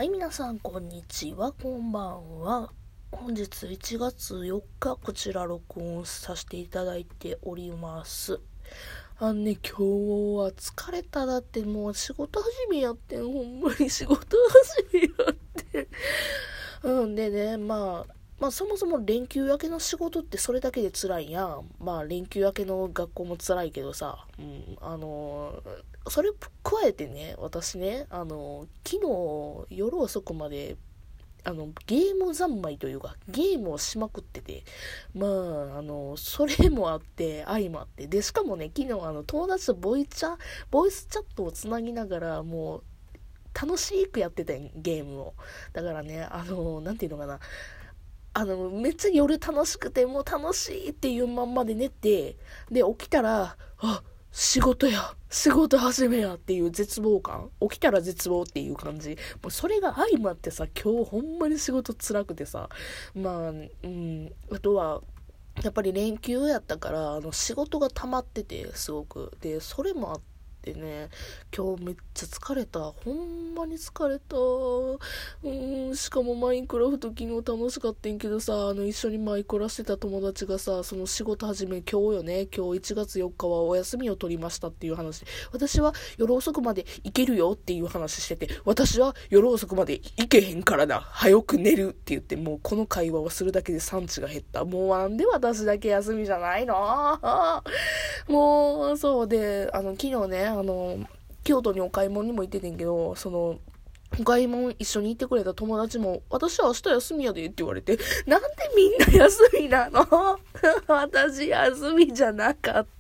はい、皆さん、こんにちは、こんばんは。本日1月4日、こちら録音させていただいております。今日は疲れた。だってもう仕事始めやってん。ほんまに仕事始めやってん。でね、まあそもそも連休明けの仕事ってそれだけで辛いやん。連休明けの学校も辛いけどさ、それ加えてね、私ね、昨日夜遅くまでゲーム三昧というか、ゲームをしまくってて、それもあって、相まって、で、しかもね、昨日友達とボイスチャットをつなぎながら、もう、楽しくやってたん、ゲームを。だからね、なんていうのかな、めっちゃ夜楽しくて、もう楽しいっていうまんまで寝て、で、起きたら、仕事始めやっていう絶望感。起きたら絶望っていう感じ。もうそれが相まってさ、今日ほんまに仕事辛くてさ、あとは、やっぱり連休やったから、仕事が溜まってて、すごく。で、それもあってね、今日めっちゃ疲れた。ほんまに疲れた。しかもマインクラフト昨日楽しかったんけどさ、一緒にマイクラしてた友達がさ、その仕事始め、今日よね、今日1月4日はお休みを取りましたっていう話で、私は夜遅くまで行けるよっていう話してて、私は夜遅くまで行けへんからな、早く寝るって言って、もうこの会話をするだけで産地が減った。もうなんで私だけ休みじゃないのもう、そうで、昨日ね、京都にお買い物にも行っててんけど、お買い物一緒に行ってくれた友達も、私は明日休みやでって言われて、なんでみんな休みなの私休みじゃなかった。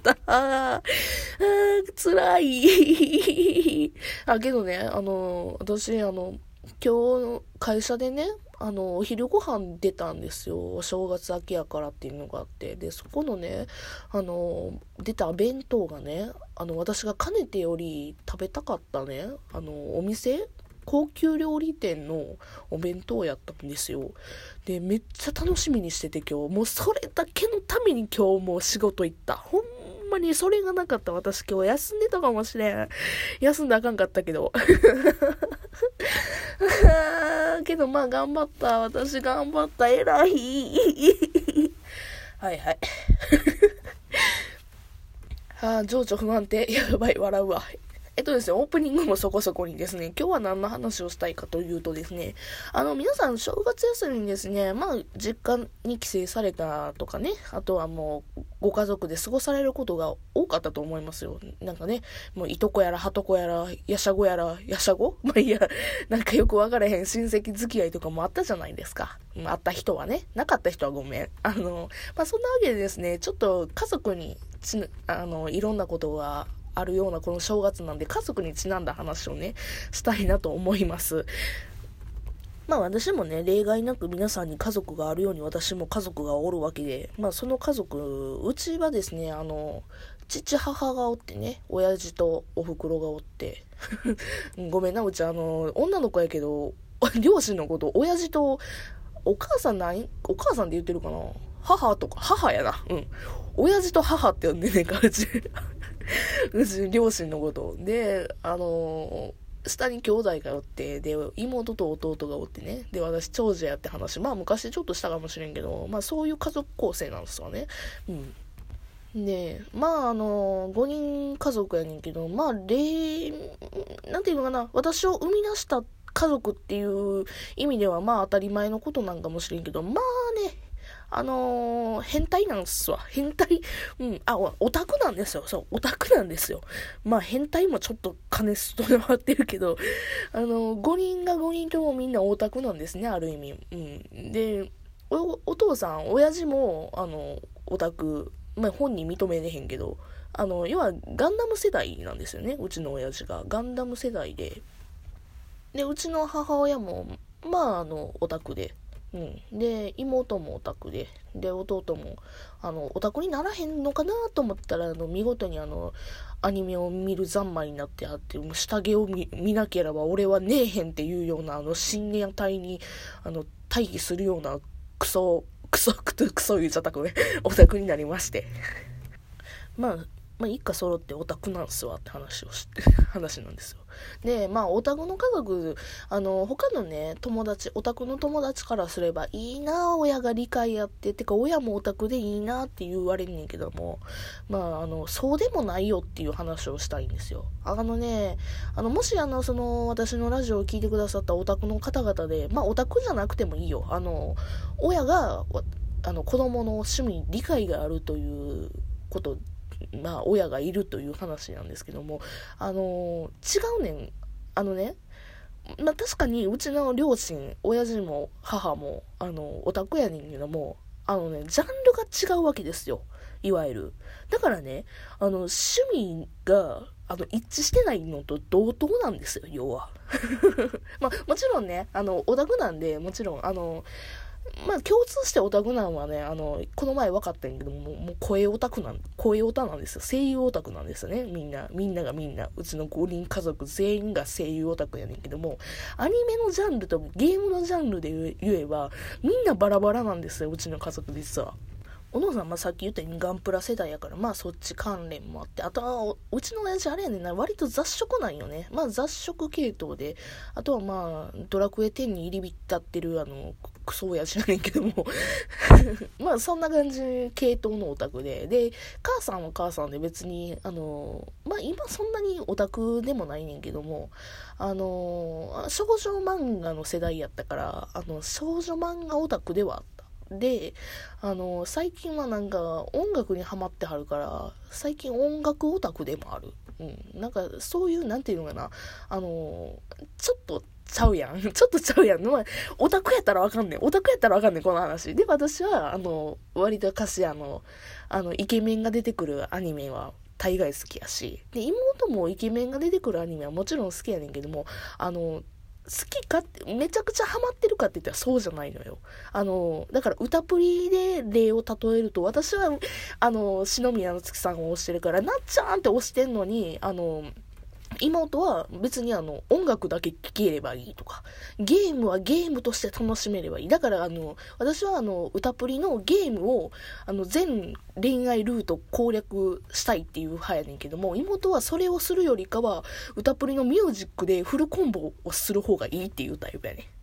辛い。けどね、私、今日、会社でね、お昼ご飯出たんですよ。お正月明けやからっていうのがあって。で、そこのね、出た弁当がね、私がかねてより食べたかったね、高級料理店のお弁当やったんですよ。で、めっちゃ楽しみにしてて今日。もうそれだけのために今日も仕事行った。ほんまにそれがなかった私今日休んでたかもしれん。休んだらあかんかったけど。けど頑張った。私頑張った。偉い。はいはい。情緒不安定。やばい、笑うわ。ですね、オープニングもそこそこにですね、今日は何の話をしたいかというとですね、皆さん正月休みにですね、実家に帰省されたとかね、あとはもう、ご家族で過ごされることが多かったと思いますよ。なんかね、もういとこやら、はとこやら、やしゃごやら、やしゃごなんかよくわからへん親戚付き合いとかもあったじゃないですか。あった人はね、なかった人はごめん。そんなわけでですね、ちょっと家族にいろんなことがあるようなこの正月なんで家族にちなんだ話をねしたいなと思います。私もね例外なく皆さんに家族があるように私も家族がおるわけで、その家族うちはですね父母がおってね、親父とお袋がおってごめんな、うち女の子やけど両親のこと親父とお母さんって言ってるかな、母やな、親父と母って呼んでねえか、うち両親のことで、下に兄弟がおって、で妹と弟がおってね、で私長女やって話、昔ちょっとしたかもしれんけど、そういう家族構成なんですわね。で5人家族やねんけど、なんていうのかな、私を生み出した家族っていう意味では当たり前のことなんかもしれんけど、変態なんですわ。変態。オタクなんですよ。そう、オタクなんですよ。変態もちょっと金すと回ってるけど、5人が5人ともみんなオタクなんですね、ある意味。で、お父さん、親父も、オタク、本人認めれへんけど、要はガンダム世代なんですよね、うちの親父が。ガンダム世代で。で、うちの母親も、オタクで。で、妹もオタクで、弟も、オタクにならへんのかなと思ったら、見事にアニメを見る三昧になってあって、もう下着を見なければ俺はねえへんっていうような、信念体に、対比するような、クソ言っちゃったこれ、オタクになりまして。 一家揃ってオタクなんすわって話なんですよ。で、オタクの家族、他のね、オタクの友達からすればいいな、親が理解やって、てか親もオタクでいいなって言われるんやけども、そうでもないよっていう話をしたいんですよ。もし私のラジオを聞いてくださったオタクの方々で、オタクじゃなくてもいいよ。親が、子供の趣味に理解があるということ、親がいるという話なんですけども、違うねん。確かにうちの両親、親父も母も、オタクやねんけども、ジャンルが違うわけですよ。いわゆる。だからね、趣味が、一致してないのと同等なんですよ、要は。もちろんね、オタクなんで、もちろん、共通してオタクなんはね、この前分かったんやけどもう声オタなんですよ。声優オタクなんですよね。みんな、うちの5人家族全員が声優オタクやねんけども、アニメのジャンルとゲームのジャンルで言えば、みんなバラバラなんですよ、うちの家族実は。お父さん、さっき言ったようにガンプラ世代やから、そっち関連もあって、あとは、うちの親父あれやねんな、割と雑食なんよね。雑食系統で、あとはドラクエ10に入り浸ってる、クソ親父やねんけども。そんな感じ、系統のオタクで。で、母さんは母さんで別に、今そんなにオタクでもないねんけども、少女漫画の世代やったから、少女漫画オタクではあった。で、最近は音楽にハマってはるから、最近音楽オタクでもある。そういう、なんていうのかな、ちょっとちゃうやん。オタクやったらわかんねん、この話。で、私は、割とイケメンが出てくるアニメは、大概好きやし。で、妹もイケメンが出てくるアニメはもちろん好きやねんけども、好きかって、めちゃくちゃハマってるかって言ったらそうじゃないのよ。だから歌プリで例を例えると、私は、篠宮の月さんを推してるから、なっちゃーんって推してんのに、妹は別に音楽だけ聴ければいいとか、ゲームはゲームとして楽しめればいい。だから私は歌プリのゲームを全恋愛ルート攻略したいっていう派やねんけども、妹はそれをするよりかは歌プリのミュージックでフルコンボをする方がいいっていうタイプやね。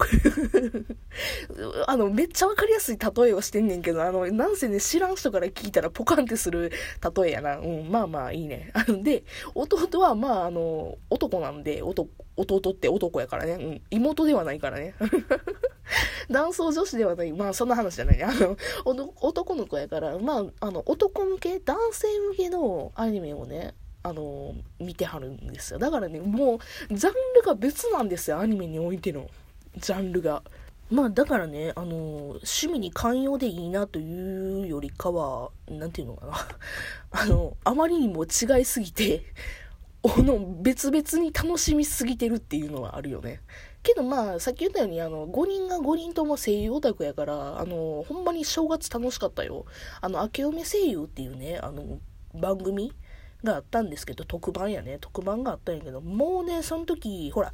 めっちゃわかりやすい例えをしてんねんけど、なんせね、知らん人から聞いたらポカンってする例えやな。いいね。で、弟は男なんで、弟って男やからね。妹ではないからね。男装女子ではない。そんな話じゃないね。男の子やから、男向け、男性向けのアニメをね、見てはるんですよ。だからね、もう、ジャンルが別なんですよ、アニメにおいての。ジャンルが。だからね、趣味に寛容でいいなというよりかは、なんていうのかな。あまりにも違いすぎて、別々に楽しみすぎてるっていうのはあるよね。けどさっき言ったように、5人が5人とも声優オタクやから、ほんまに正月楽しかったよ。明けおめ声優っていうね、番組があったんですけど、特番があったんやけど、もうね、その時、ほら、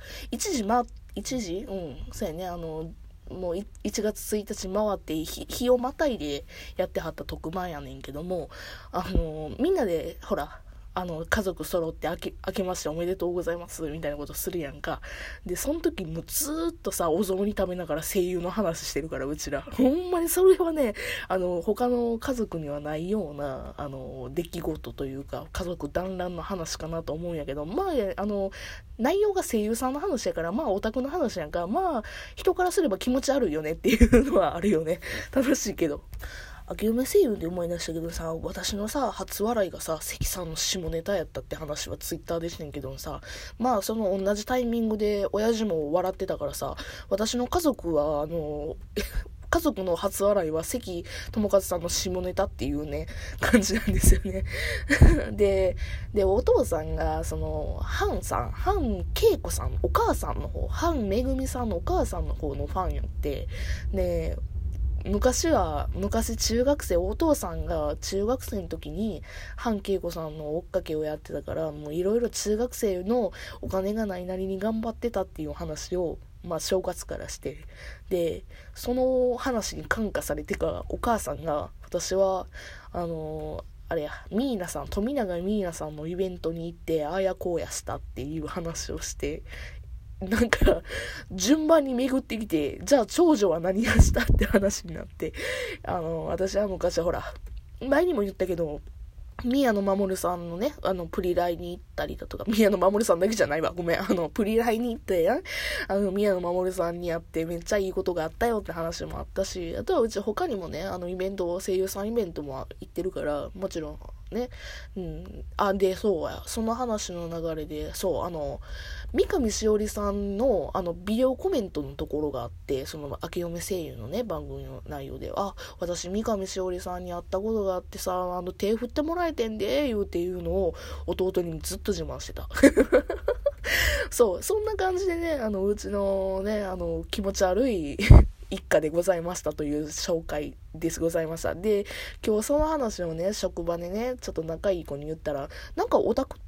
そうやね、もう1月1日回って日をまたいでやってはった特番やねんけども、みんなで、ほら、家族揃って明けましておめでとうございますみたいなことするやんか。で、その時もずーっとさ、お雑煮食べながら声優の話してるから、うちら。ほんまにそれはね、他の家族にはないような、出来事というか、家族団らんの話かなと思うんやけど、内容が声優さんの話やから、オタクの話やんか、人からすれば気持ち悪いよねっていうのはあるよね。楽しいけど。明けおめ声優で思い出したけどさ、私のさ、初笑いがさ、関さんの下ネタやったって話はツイッターでしてんけどさ、その同じタイミングで親父も笑ってたからさ、私の家族は、家族の初笑いは関智和さんの下ネタっていうね、感じなんですよね。で、お父さんが、ハン恵子さん、お母さんの方、ハンめぐみさんのお母さんの方のファンやって、で、昔中学生、お父さんが中学生の時に、ハン恵子さんの追っかけをやってたから、もういろいろ中学生のお金がないなりに頑張ってたっていう話を、正月からして、で、その話に感化されてか、お母さんが、私は、 あれや、富永ミーナさんのイベントに行って、あやこうやしたっていう話をして、なんか、順番に巡ってきて、じゃあ長女は何がしたって話になって、私は昔ほら、前にも言ったけど、宮野真守さんのね、プリライに行ったりだとか、宮野真守さんだけじゃないわ、ごめん、プリライに行って、宮野真守さんに会ってめっちゃいいことがあったよって話もあったし、あとはうち他にもね、イベント、声優さんイベントも行ってるから、もちろん、ね、で、そうや、その話の流れで、そう、三上しおりさんの、ビデオコメントのところがあって、その、明け嫁声優のね、番組の内容で、私、三上しおりさんに会ったことがあってさ、手振ってもらえてんで、言うのを、弟にずっと自慢してた。そう、そんな感じでね、うちのね、気持ち悪い一家でございましたという紹介ですございました。で、今日その話をね、職場でね、ちょっと仲いい子に言ったら、なんかオタクって、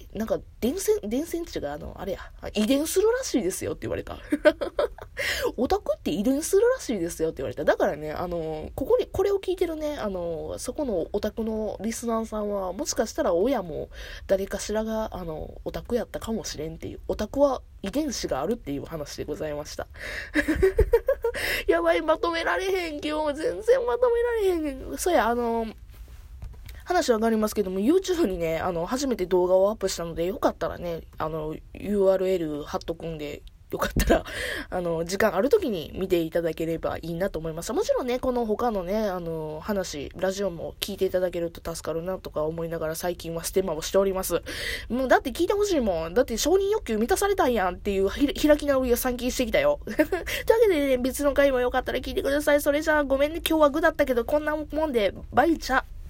なんか伝染っていうか、あれや、遺伝するらしいですよって言われた。オタクって遺伝するらしいですよって言われた。だからね、これを聞いてるね、そこのオタクのリスナーさんは、もしかしたら親も誰かしらが、オタクやったかもしれんっていう、オタクは遺伝子があるっていう話でございました。やばい、まとめられへん、今日全然まとめられへん。そうや、話は上がりますけども、YouTube にね、初めて動画をアップしたので、よかったらね、URL 貼っとくんで、よかったら、時間ある時に見ていただければいいなと思います。もちろんね、この他のね、話、ラジオも聞いていただけると助かるなとか思いながら最近はステマをしております。もうだって聞いてほしいもん。だって承認欲求満たされたんやんっていう開き直りを散金してきたよ。というわけでね、別の回もよかったら聞いてください。それじゃあごめんね、今日はグだったけど、こんなもんで、バイチャ。